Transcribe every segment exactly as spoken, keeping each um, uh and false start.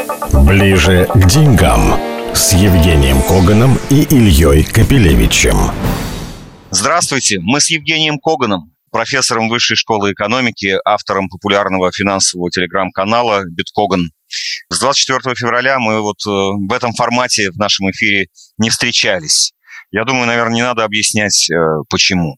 Ближе к деньгам с Евгением Коганом и Ильей Капелевичем. Здравствуйте, мы с Евгением Коганом, профессором Высшей школы экономики, автором популярного финансового телеграм-канала «Биткоган». С двадцать четвёртого февраля мы вот в этом формате в нашем эфире не встречались. Я думаю, наверное, не надо объяснять, почему.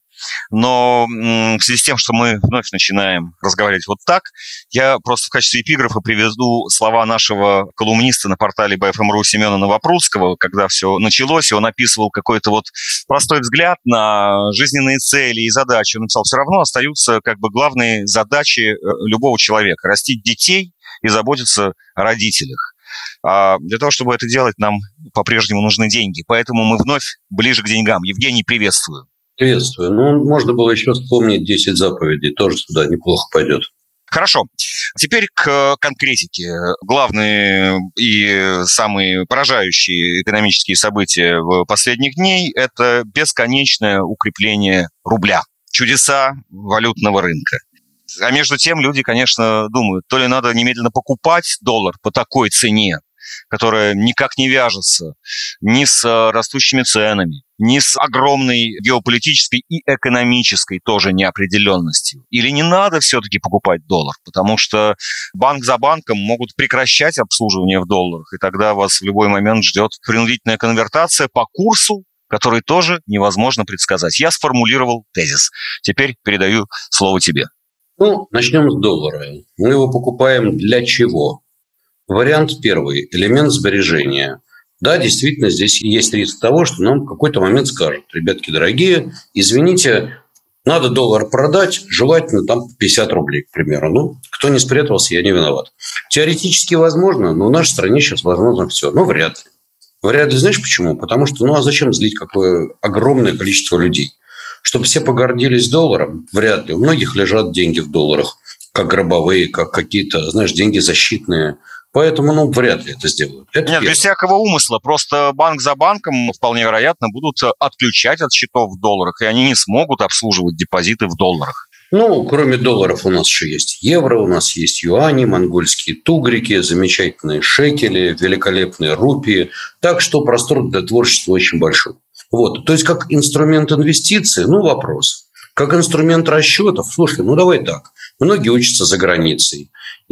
Но в связи с тем, что мы вновь начинаем разговаривать вот так, я просто в качестве эпиграфа приведу слова нашего колумниста на портале би эф эм точка ру Семена Новопрудского, когда все началось, и он описывал какой-то вот простой взгляд на жизненные цели и задачи. Он написал, все равно остаются как бы главные задачи любого человека – растить детей и заботиться о родителях. А для того, чтобы это делать, нам по-прежнему нужны деньги. Поэтому мы вновь ближе к деньгам. Евгений, приветствую. Приветствую. Ну, можно было еще вспомнить десять заповедей. Тоже сюда неплохо пойдет. Хорошо. Теперь к конкретике. Главные и самые поражающие экономические события в последних дней – это бесконечное укрепление рубля. Чудеса валютного рынка. А между тем люди, конечно, думают, то ли надо немедленно покупать доллар по такой цене, которая никак не вяжется ни с растущими ценами, ни с огромной геополитической и экономической тоже неопределенностью. Или не надо все-таки покупать доллар, потому что банк за банком могут прекращать обслуживание в долларах, и тогда вас в любой момент ждет принудительная конвертация по курсу, который тоже невозможно предсказать. Я сформулировал тезис. Теперь передаю слово тебе. Ну, начнем с доллара. Мы его покупаем для чего? Вариант первый – элемент сбережения. Да, действительно, здесь есть риск того, что нам в какой-то момент скажут: ребятки дорогие, извините, надо доллар продать, желательно там пятьдесят рублей, к примеру. Ну, кто не спрятался, я не виноват. Теоретически возможно, но в нашей стране сейчас возможно все. Ну, вряд ли. Вряд ли, знаешь почему? Потому что, ну, а зачем злить какое огромное количество людей? Чтобы все погордились долларом, вряд ли. У многих лежат деньги в долларах, как гробовые, как какие-то, знаешь, деньги защитные. Поэтому, ну, вряд ли это сделают. Это Нет, первое. без всякого умысла. Просто банк за банком, вполне вероятно, будут отключать от счетов в долларах, и они не смогут обслуживать депозиты в долларах. Ну, кроме долларов у нас еще есть евро, у нас есть юани, монгольские тугрики, замечательные шекели, великолепные рупии. Так что простор для творчества очень большой. Вот. То есть, как инструмент инвестиций, ну, вопрос. Как инструмент расчетов, слушай, ну, давай так. Многие учатся за границей.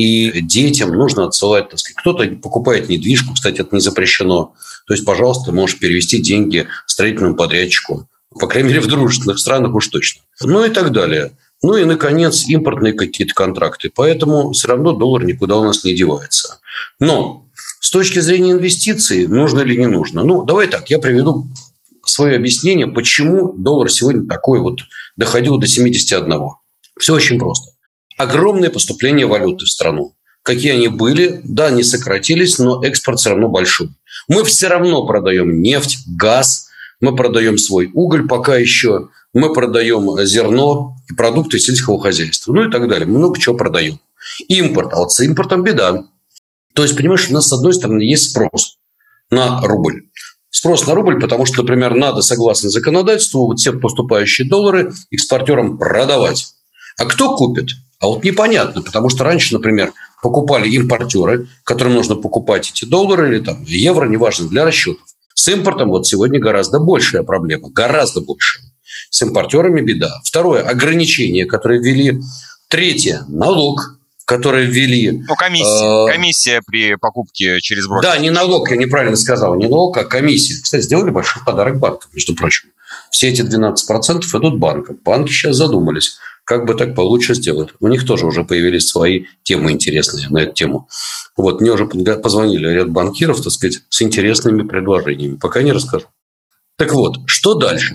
И детям нужно отсылать, так сказать, кто-то покупает недвижку, кстати, это не запрещено. То есть, пожалуйста, можешь перевести деньги строительному подрядчику. По крайней мере, в дружественных странах уж точно. Ну и так далее. Ну и, наконец, импортные какие-то контракты. Поэтому все равно доллар никуда у нас не девается. Но с точки зрения инвестиций, нужно или не нужно? Ну, давай так, я приведу свое объяснение, почему доллар сегодня такой вот доходил до семьдесят один. Все очень просто. Огромное поступление валюты в страну. Какие они были, да, они сократились, но экспорт все равно большой. Мы все равно продаем нефть, газ, мы продаем свой уголь пока еще, мы продаем зерно и продукты сельского хозяйства, ну и так далее. Мы много чего продаем. Импорт, а вот с импортом беда. То есть, понимаешь, у нас с одной стороны есть спрос на рубль. Спрос на рубль, потому что, например, надо, согласно законодательству, вот все поступающие доллары экспортерам продавать. А кто купит? А вот непонятно, потому что раньше, например, покупали импортеры, которым нужно покупать эти доллары или там евро, неважно, для расчетов. С импортом вот сегодня гораздо большая проблема, гораздо большая. С импортерами беда. Второе, ограничения, которые ввели. Третье, налог, который ввели. Ну, комиссия. Э- комиссия при покупке через брокер. Да, не налог, я неправильно сказал. Не налог, а комиссия. Кстати, сделали большой подарок банкам, между прочим. Все эти двенадцать процентов идут банкам. Банки сейчас задумались, как бы так получше сделать. У них тоже уже появились свои темы интересные на эту тему. Вот, мне уже позвонили ряд банкиров, так сказать, с интересными предложениями. Пока не расскажу. Так вот, что дальше?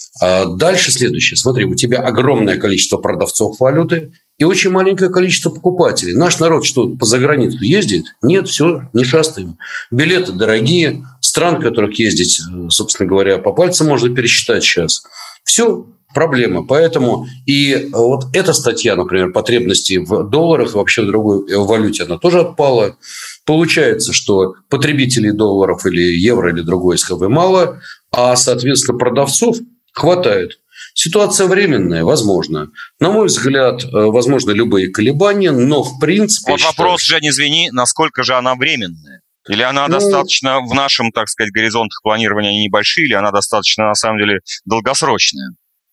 А дальше следующее. Смотри, у тебя огромное количество продавцов валюты и очень маленькое количество покупателей. Наш народ что, по заграницу ездит? Нет, все, не шастаем. Билеты дорогие. Стран, в которых ездить, собственно говоря, по пальцам можно пересчитать сейчас. Все, проблема. Поэтому и вот эта статья, например, потребности в долларах, вообще в другой валюте, она тоже отпала. Получается, что потребителей долларов или евро или другой СХВ мало, а, соответственно, продавцов хватает. Ситуация временная, возможно. На мой взгляд, возможно, любые колебания, но в принципе... Вот вопрос, Жень, извини, насколько же она временная? Или она Ну, достаточно в нашем, так сказать, горизонтах планирования они небольшие, или она достаточно, на самом деле, долгосрочная?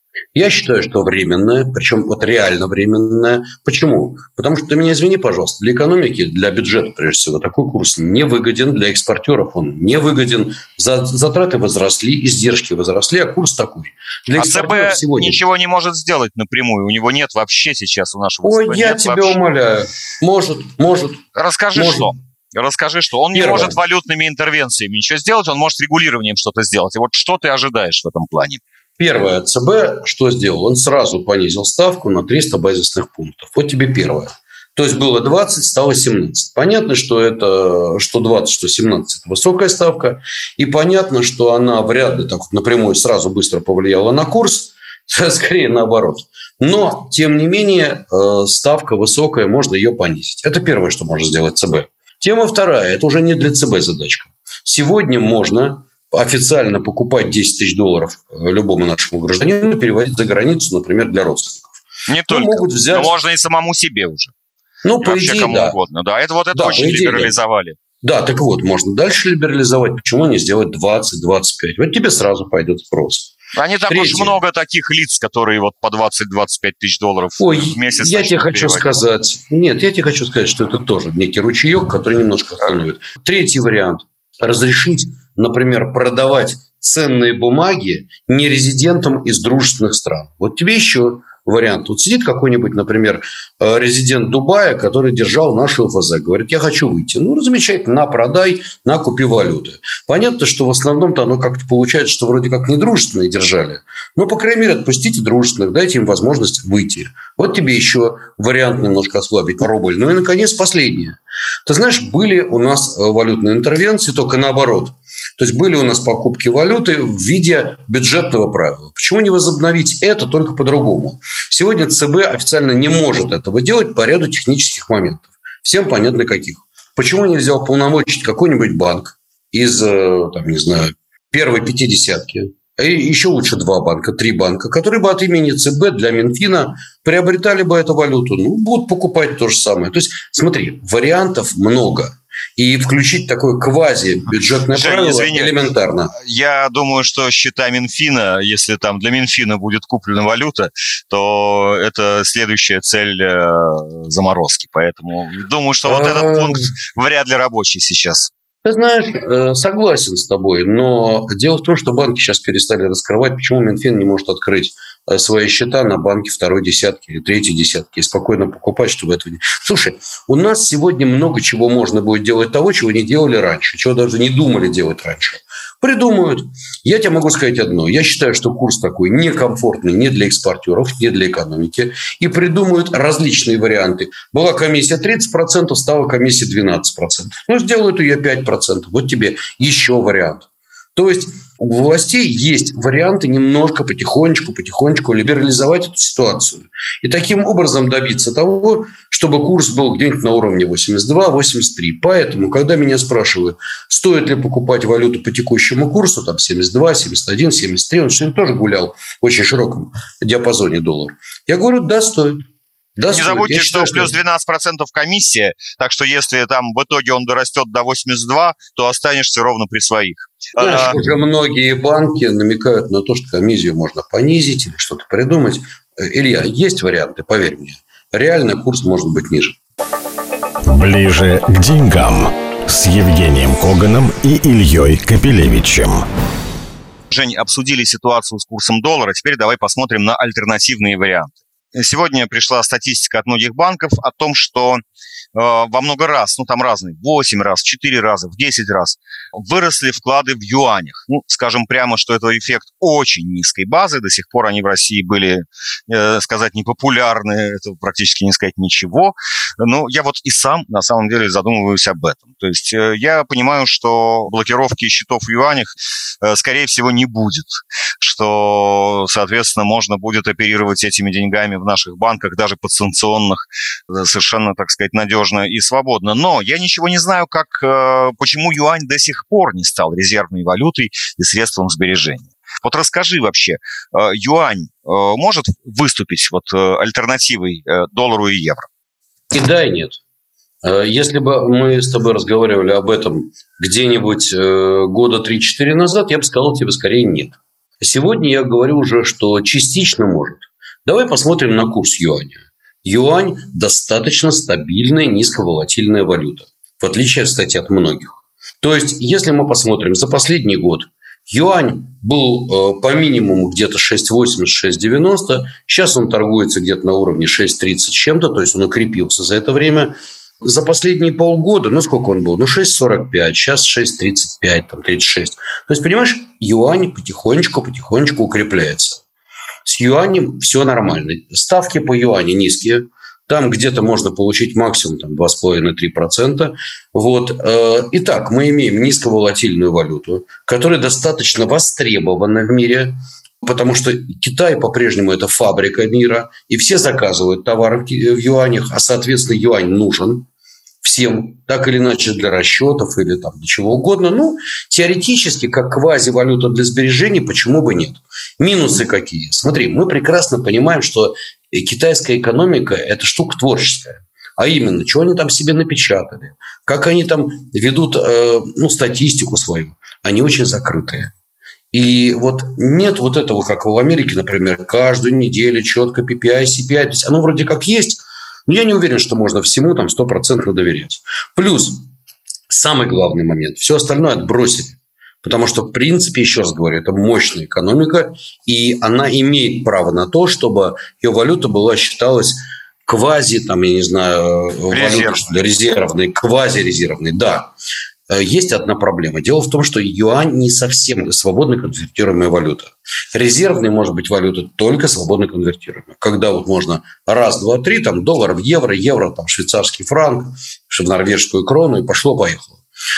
Я считаю, что временное, причем вот реально временное. Почему? Потому что, ты меня извини, пожалуйста, для экономики, для бюджета, прежде всего, такой курс не выгоден, для экспортеров он не выгоден. Затраты возросли, издержки возросли, а курс такой. Для а ЦБ сегодня ничего не может сделать напрямую, у него нет вообще сейчас у нашего Ой, ЦБ. я нет тебя вообще. умоляю. Может, может. Расскажи, может. что? Расскажи, что он Первое. не может валютными интервенциями ничего сделать, он может регулированием что-то сделать. И вот что ты ожидаешь в этом плане? Первое. ЦБ что сделал? Он сразу понизил ставку на триста базисных пунктов. Вот тебе первое. То есть было двадцать, стало семнадцать. Понятно, что это что двадцать, что семнадцать – это высокая ставка. И понятно, что она вряд ли так вот напрямую сразу быстро повлияла на курс. Скорее наоборот. Но, тем не менее, ставка высокая, можно ее понизить. Это первое, что может сделать ЦБ. Тема вторая. Это уже не для ЦБ задачка. Сегодня можно официально покупать десять тысяч долларов любому нашему гражданину, переводить за границу, например, для родственников. Не ну, только, могут взять... но можно и самому себе уже. Ну, по вообще идее, кому да. угодно. Да, это вот это да, очень идее, либерализовали. Да. да, так вот, можно дальше либерализовать. Почему не сделать двадцать - двадцать пять? Вот тебе сразу пойдет спрос. А не так Третье. уж много таких лиц, которые вот по двадцать - двадцать пять тысяч долларов Ой, в месяц. я тебе хочу переводить. сказать... Нет, я тебе хочу сказать, что это тоже некий ручеек, который немножко остановит. Третий вариант. Разрешить, например, продавать ценные бумаги нерезидентам из дружественных стран. Вот тебе еще вариант. Вот сидит какой-нибудь, например, резидент Дубая, который держал нашу ФЗ. Говорит, я хочу выйти. Ну, замечательно, на, продай, на, купи валюты. Понятно, что в основном-то оно как-то получается, что вроде как недружественные держали. Но, по крайней мере, отпустите дружественных, дайте им возможность выйти. Вот тебе еще вариант немножко ослабить рубль. Ну и, наконец, последнее. Ты знаешь, были у нас валютные интервенции, только наоборот. То есть были у нас покупки валюты в виде бюджетного правила. Почему не возобновить это только по-другому? Сегодня ЦБ официально не может этого делать по ряду технических моментов. Всем понятно каких. Почему нельзя уполномочить какой-нибудь банк из, там, не знаю, первой пятидесятки, и еще лучше два банка, три банка, которые бы от имени ЦБ для Минфина приобретали бы эту валюту. Ну, будут покупать то же самое. То есть, смотри, вариантов много. И включить такое квази-бюджетное Жень, правило извини, элементарно. Я думаю, что счета Минфина, если там для Минфина будет куплена валюта, то это следующая цель э, заморозки. Поэтому думаю, что вот этот пункт вряд ли рабочий сейчас. Ты знаешь, согласен с тобой, но дело в том, что банки сейчас перестали раскрывать. Почему Минфин не может открыть свои счета на банке второй десятки или третьей десятки и спокойно покупать, чтобы этого не... Слушай, у нас сегодня много чего можно будет делать того, чего не делали раньше, чего даже не думали делать раньше. Придумают. Я тебе могу сказать одно. Я считаю, что курс такой некомфортный ни для экспортеров, ни для экономики. И придумают различные варианты. Была комиссия тридцать процентов, стала комиссия двенадцать процентов. Ну, сделают ее пять процентов. Вот тебе еще вариант. То есть у властей есть варианты немножко потихонечку, потихонечку либерализовать эту ситуацию. И таким образом добиться того, чтобы курс был где-нибудь на уровне восемьдесят два - восемьдесят три. Поэтому, когда меня спрашивают, стоит ли покупать валюту по текущему курсу, там семьдесят два, семьдесят один, семьдесят три, он сегодня тоже гулял в очень широком диапазоне долларов. Я говорю, да, стоит. Да, не забудьте, я считаю, что плюс двенадцать процентов комиссия, так что если там в итоге он дорастет до восемьдесят два, то останешься ровно при своих. Знаешь, а... уже многие банки намекают на то, что комиссию можно понизить или что-то придумать. Илья, есть варианты, поверь мне. Реально курс может быть ниже. Ближе к деньгам с Евгением Коганом и Ильей Капелевичем. Жень, обсудили ситуацию с курсом доллара, теперь давай посмотрим на альтернативные варианты. Сегодня пришла статистика от многих банков о том, что э, во много раз, ну там разные, восемь раз, четыре раза, в десять раз выросли вклады в юанях. Ну, скажем прямо, что это эффект очень низкой базы. До сих пор они в России были, э, сказать, непопулярны, это практически не сказать ничего. Но я вот и сам на самом деле задумываюсь об этом. То есть э, я понимаю, что блокировки счетов в юанях, э, скорее всего, не будет. Что, соответственно, можно будет оперировать этими деньгами в наших банках, даже подсанкционных, совершенно, так сказать, надежно и свободно. Но я ничего не знаю, как, почему юань до сих пор не стал резервной валютой и средством сбережения. Вот расскажи вообще, юань может выступить вот альтернативой доллару и евро? И да, и нет. Если бы мы с тобой разговаривали об этом где-нибудь года три-четыре назад, я бы сказал тебе скорее нет. Сегодня я говорю уже, что частично может. Давай посмотрим на курс юаня. Юань – достаточно стабильная, низковолатильная валюта. В отличие, кстати, от многих. То есть, если мы посмотрим за последний год, юань был э, по минимуму где-то шесть восемьдесят - шесть девяносто. Сейчас он торгуется где-то на уровне шесть тридцать чем-то. То есть, он укрепился за это время. За последние полгода, ну, сколько он был? Ну, шесть сорок пять, сейчас шесть тридцать пять, там, тридцать шесть. То есть, понимаешь, юань потихонечку-потихонечку укрепляется. С юанем все нормально. Ставки по юаню низкие. Там где-то можно получить максимум там, два с половиной - три процента. Вот. Итак, мы имеем низковолатильную валюту, которая достаточно востребована в мире, потому что Китай по-прежнему это фабрика мира, и все заказывают товары в юанях, а, соответственно, юань нужен всем, так или иначе для расчетов или там, для чего угодно. Ну, теоретически, как квазивалюта для сбережений, почему бы нет? Минусы какие? Смотри, мы прекрасно понимаем, что китайская экономика – это штука творческая. А именно, что они там себе напечатали, как они там ведут э, ну, статистику свою. Они очень закрытые. И вот нет вот этого, как в Америке, например, каждую неделю четко пи пи ай, си пи ай. То есть оно вроде как есть, но я не уверен, что можно всему там стопроцентно доверять. Плюс, самый главный момент, все остальное отбросили. Потому что, в принципе, еще раз говорю, это мощная экономика, и она имеет право на то, чтобы ее валюта была, считалась квази, там, я не знаю, валютой, что ли, резервной, квазирезервной, да. Есть одна проблема. Дело в том, что юань не совсем свободно конвертируемая валюта. Резервной может быть валюта только свободно конвертируемая. Когда вот можно раз, два, три, там доллар в евро, евро, там швейцарский франк, в норвежскую крону, и пошло-поехало.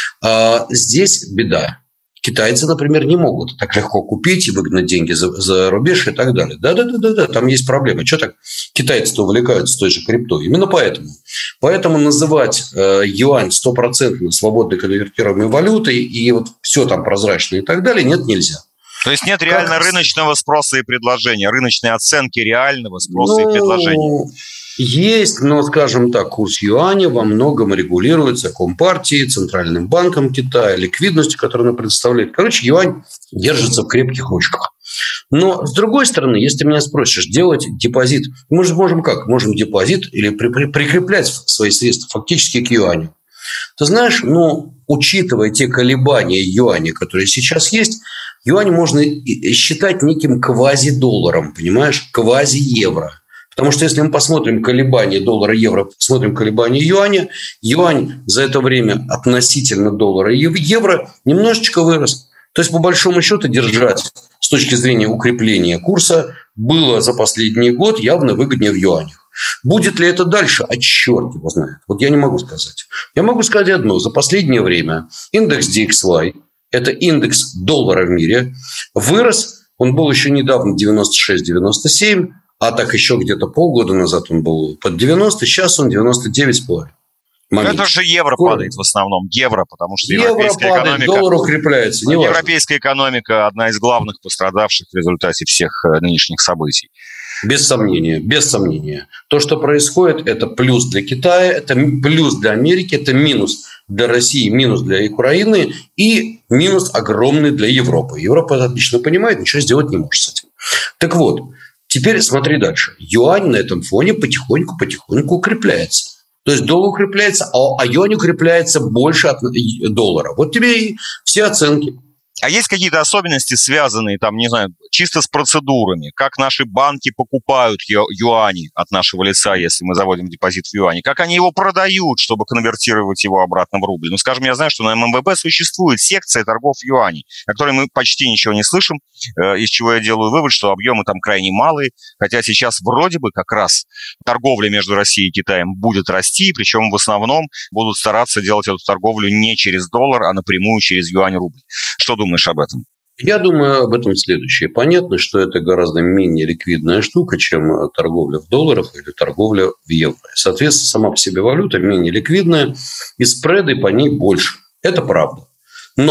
А здесь беда. Китайцы, например, не могут так легко купить и выгнать деньги за, за рубеж и так далее. Да-да-да, там есть проблемы. Что так китайцы-то увлекаются той же криптой? Именно поэтому. Поэтому называть э, юань стопроцентно свободной конвертируемой валютой и вот все там прозрачно и так далее, нет, нельзя. То есть нет реально как... рыночного спроса и предложения, рыночной оценки реального спроса ну... и предложения. Есть, но, скажем так, курс юаня во многом регулируется Компартией, Центральным банком Китая, ликвидностью, которую она предоставляет. Короче, юань держится в крепких ручках. Но, с другой стороны, если ты меня спросишь, делать депозит, мы же можем как? Можем депозит или при- при- прикреплять свои средства фактически к юаню. Ты знаешь, ну, учитывая те колебания юаня, которые сейчас есть, юань можно считать неким квази-долларом, понимаешь, квази-евро. Потому что если мы посмотрим колебания доллара-евро, посмотрим колебания юаня, юань за это время относительно доллара и евро немножечко вырос. То есть, по большому счету, держать с точки зрения укрепления курса было за последний год явно выгоднее в юанях. Будет ли это дальше? А черт его знает. Вот я не могу сказать. Я могу сказать одно. За последнее время индекс ди экс уай, это индекс доллара в мире, вырос. Он был еще недавно девяносто шесть - девяносто семь. А так еще где-то полгода назад он был под девяносто, сейчас он девяносто девять с половиной. Это же евро Скоро. падает в основном. Евро, потому что евро европейская падает, экономика... доллар укрепляется. Не европейская экономика одна из главных пострадавших в результате всех нынешних событий. Без сомнения, без сомнения. То, что происходит, это плюс для Китая, это плюс для Америки, это минус для России, минус для Украины и минус огромный для Европы. Европа это отлично понимает, ничего сделать не может с этим. Так вот, теперь смотри дальше. Юань на этом фоне потихоньку-потихоньку укрепляется. То есть доллар укрепляется, а юань укрепляется больше от доллара. Вот тебе и все оценки. А есть какие-то особенности, связанные, там, не знаю, чисто с процедурами? Как наши банки покупают ю- юани от нашего лица, если мы заводим депозит в юани? Как они его продают, чтобы конвертировать его обратно в рубль? Ну, скажем, я знаю, что на эм эм вэ бэ существует секция торгов юаней, о которой мы почти ничего не слышим, э, из чего я делаю вывод, что объемы там крайне малые, хотя сейчас вроде бы как раз торговля между Россией и Китаем будет расти, причем в основном будут стараться делать эту торговлю не через доллар, а напрямую через юань-рубль. Что думаешь об этом? Я думаю об этом следующее. Понятно, что это гораздо менее ликвидная штука, чем торговля в долларах или торговля в евро. Соответственно, сама по себе валюта менее ликвидная, и спреды по ней больше. Это правда. Но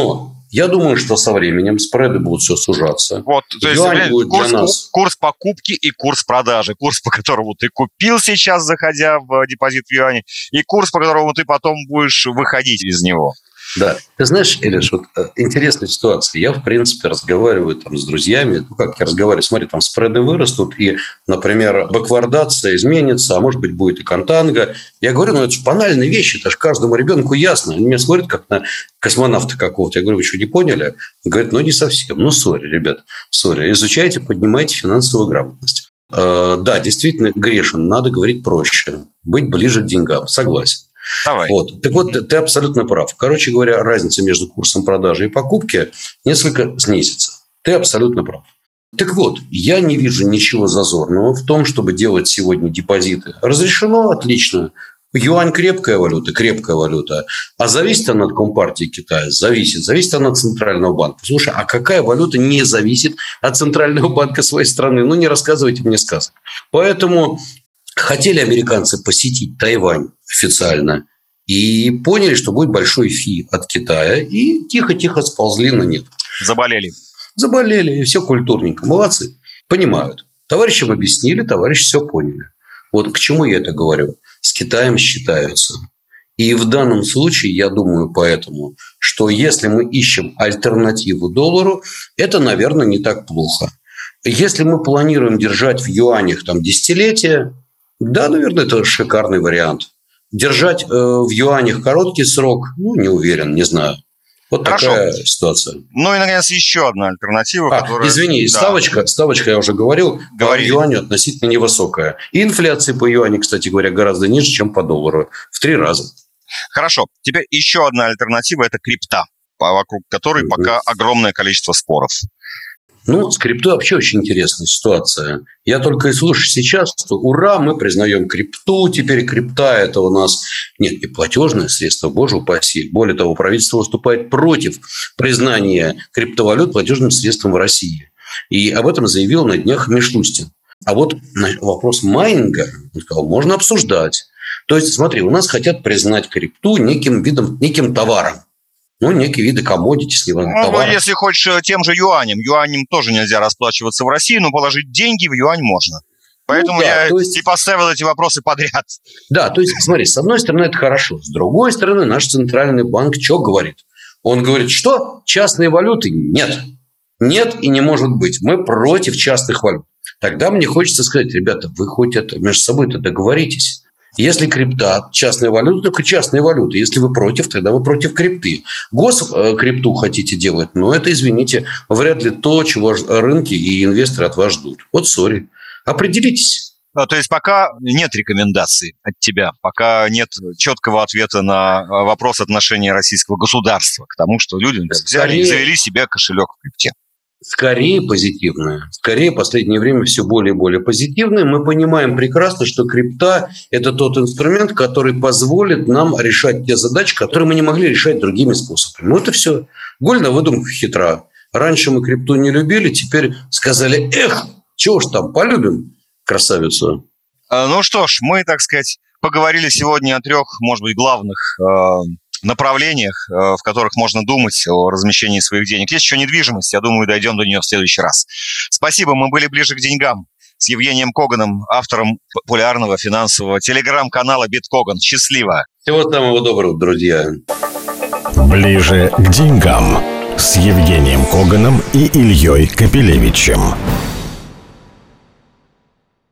Я думаю, что со временем спреды будут все сужаться. Вот, то есть будет курс, для нас... курс покупки и курс продажи. Курс, по которому ты купил сейчас, заходя в депозит в юане, и курс, по которому ты потом будешь выходить из него. Да. Ты знаешь, Илиш, вот интересная ситуация. Я, в принципе, разговариваю там с друзьями. Ну, как я разговариваю? Смотри, там спреды вырастут, и, например, бэквардация изменится, а может быть, будет и контанго. Я говорю, ну, это же банальные вещи, это же каждому ребенку ясно. Они меня смотрят, как на космонавта какого-то. Я говорю, вы что, не поняли? Он говорит, ну, не совсем. Ну, сори, ребят, сори. Изучайте, поднимайте финансовую грамотность. Э, да, действительно, грешен. Надо говорить проще. Быть ближе к деньгам. Согласен. Давай. Вот. Так вот, ты абсолютно прав. Короче говоря, разница между курсом продажи и покупки несколько снизится. Ты абсолютно прав. Так вот, я не вижу ничего зазорного в том, чтобы делать сегодня депозиты. Разрешено, отлично. Юань – крепкая валюта, крепкая валюта. А зависит она от Компартии Китая? Зависит. Зависит она от Центрального банка. Слушай, а какая валюта не зависит от Центрального банка своей страны? Ну, не рассказывайте мне сказок. Поэтому... Хотели американцы посетить Тайвань официально и поняли, что будет большой фи от Китая, и тихо-тихо сползли на нет. Заболели. Заболели, и все культурненько. Молодцы. Понимают. Товарищам объяснили, товарищи все поняли. Вот к чему я это говорю. С Китаем считаются. И в данном случае, я думаю поэтому, что если мы ищем альтернативу доллару, это, наверное, не так плохо. Если мы планируем держать в юанях там десятилетия, да, наверное, это шикарный вариант. Держать э, в юанях короткий срок, ну, не уверен, не знаю. Вот Хорошо. Такая ситуация. Ну и, наконец, еще одна альтернатива. А, которая... Извини, да. ставочка, ставочка, я уже говорил, Говорили. по юаню относительно невысокая. И инфляция по юаню, кстати говоря, гораздо ниже, чем по доллару. В три раза. Хорошо. Теперь еще одна альтернатива – это крипта, вокруг которой mm-hmm. пока огромное количество споров. Ну, с криптой вообще очень интересная ситуация. Я только и слышу сейчас, что ура, мы признаем крипту, теперь крипта – это у нас нет, не платежное средство, боже упаси. Более того, правительство выступает против признания криптовалют платежным средством в России. И об этом заявил на днях Мишлустин. А вот вопрос майнинга, он сказал, можно обсуждать. То есть, смотри, у нас хотят признать крипту неким видом, неким товаром. Ну, некие виды коммодити, ну, товаров. Если хочешь, тем же юанем. Юанем тоже нельзя расплачиваться в России, но положить деньги в юань можно. Поэтому ну, да, я есть... и поставил эти вопросы подряд. Да, то есть, смотри, с одной стороны, это хорошо. С другой стороны, наш центральный банк что говорит? Он говорит, что частные валюты нет. Нет и не может быть. Мы против частных валют. Тогда мне хочется сказать, ребята, вы хоть это между собой-то договоритесь. Если крипта, частная валюта, только частная валюта. Если вы против, тогда вы против крипты. Госкрипту хотите делать, но это, извините, вряд ли то, чего рынки и инвесторы от вас ждут. Вот сори. Определитесь. То есть пока нет рекомендаций от тебя, пока нет четкого ответа на вопрос отношения российского государства к тому, что люди взяли и завели себе кошелек в крипте. Скорее позитивное. Скорее в последнее время все более и более позитивное. Мы понимаем прекрасно, что крипта – это тот инструмент, который позволит нам решать те задачи, которые мы не могли решать другими способами. Ну, это все. Голь на выдумку хитра. Раньше мы крипту не любили, теперь сказали, эх, чего ж там, полюбим красавицу. Ну что ж, мы, так сказать, поговорили сегодня о трех, может быть, главных направлениях, в которых можно думать о размещении своих денег. Есть еще недвижимость, я думаю, дойдем до нее в следующий раз. Спасибо, мы были ближе к деньгам с Евгением Коганом, автором популярного финансового телеграм-канала BitKogan. Счастливо! Всего самого доброго, друзья! Ближе к деньгам с Евгением Коганом и Ильей Капелевичем.